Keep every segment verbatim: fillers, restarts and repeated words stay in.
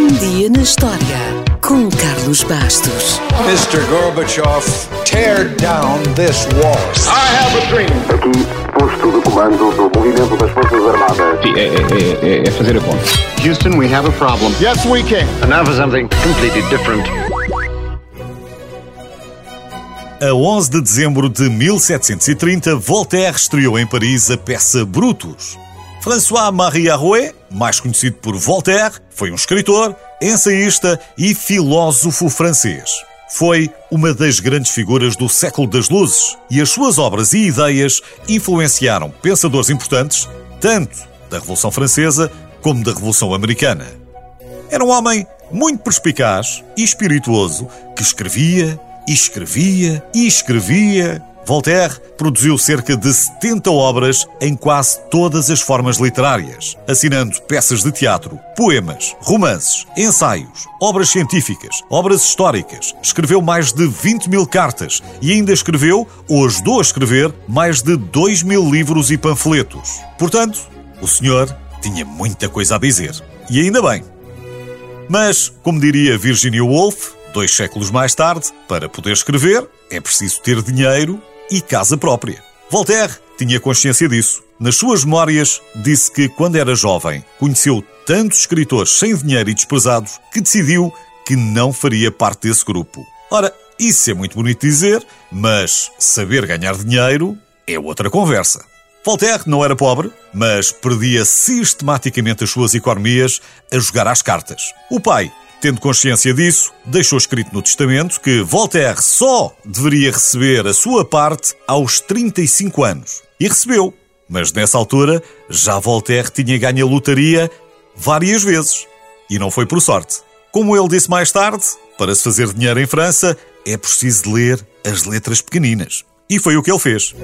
Um dia na história com Carlos Bastos. mister Gorbachev, tear down this wall. I have a dream. Aqui, posto de comando do movimento das Forças Armadas. Sim, é, é, é fazer a conta. Houston, we have a problem. Yes, we can. And now for something completely different. A onze de dezembro de mil setecentos e trinta, Voltaire estreou em Paris a peça Brutus. François-Marie Arouet, mais conhecido por Voltaire, foi um escritor, ensaísta e filósofo francês. Foi uma das grandes figuras do século das luzes e as suas obras e ideias influenciaram pensadores importantes, tanto da Revolução Francesa como da Revolução Americana. Era um homem muito perspicaz e espirituoso que escrevia, e escrevia, e escrevia. Voltaire produziu cerca de setenta obras em quase todas as formas literárias, assinando peças de teatro, poemas, romances, ensaios, obras científicas, obras históricas. Escreveu mais de vinte mil cartas e ainda escreveu, ou ajudou a escrever, mais de dois mil livros e panfletos. Portanto, o senhor tinha muita coisa a dizer. E ainda bem. Mas, como diria Virginia Woolf, dois séculos mais tarde, para poder escrever, é preciso ter dinheiro e casa própria. Voltaire tinha consciência disso. Nas suas memórias, disse que, quando era jovem, conheceu tantos escritores sem dinheiro e desprezados que decidiu que não faria parte desse grupo. Ora, isso é muito bonito dizer, mas saber ganhar dinheiro é outra conversa. Voltaire não era pobre, mas perdia sistematicamente as suas economias a jogar às cartas. O pai, tendo consciência disso, deixou escrito no testamento que Voltaire só deveria receber a sua parte aos trinta e cinco anos. E recebeu. Mas nessa altura, já Voltaire tinha ganho a lotaria várias vezes. E não foi por sorte. Como ele disse mais tarde, para se fazer dinheiro em França, é preciso ler as letras pequeninas. E foi o que ele fez.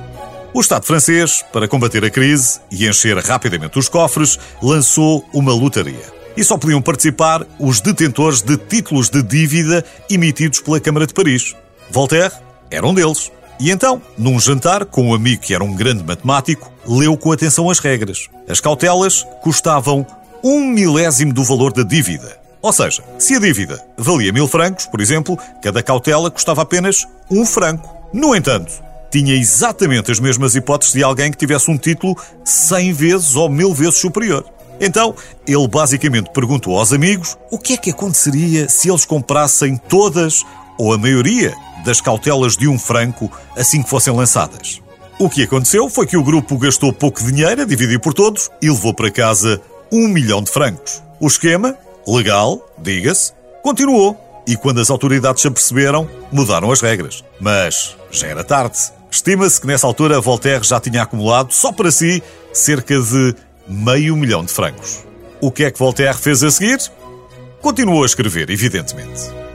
O Estado francês, para combater a crise e encher rapidamente os cofres, lançou uma lotaria. E só podiam participar os detentores de títulos de dívida emitidos pela Câmara de Paris. Voltaire era um deles. E então, num jantar com um amigo que era um grande matemático, leu com atenção as regras. As cautelas custavam um milésimo do valor da dívida. Ou seja, se a dívida valia mil francos, por exemplo, cada cautela custava apenas um franco. No entanto, tinha exatamente as mesmas hipóteses de alguém que tivesse um título cem vezes ou mil vezes superior. Então, ele basicamente perguntou aos amigos o que é que aconteceria se eles comprassem todas, ou a maioria, das cautelas de um franco assim que fossem lançadas. O que aconteceu foi que o grupo gastou pouco dinheiro a dividir por todos e levou para casa um milhão de francos. O esquema, legal, diga-se, continuou e quando as autoridades se aperceberam, mudaram as regras. Mas já era tarde. Estima-se que nessa altura Voltaire já tinha acumulado, só para si, cerca de meio milhão de francos. O que é que Voltaire fez a seguir? Continuou a escrever, evidentemente.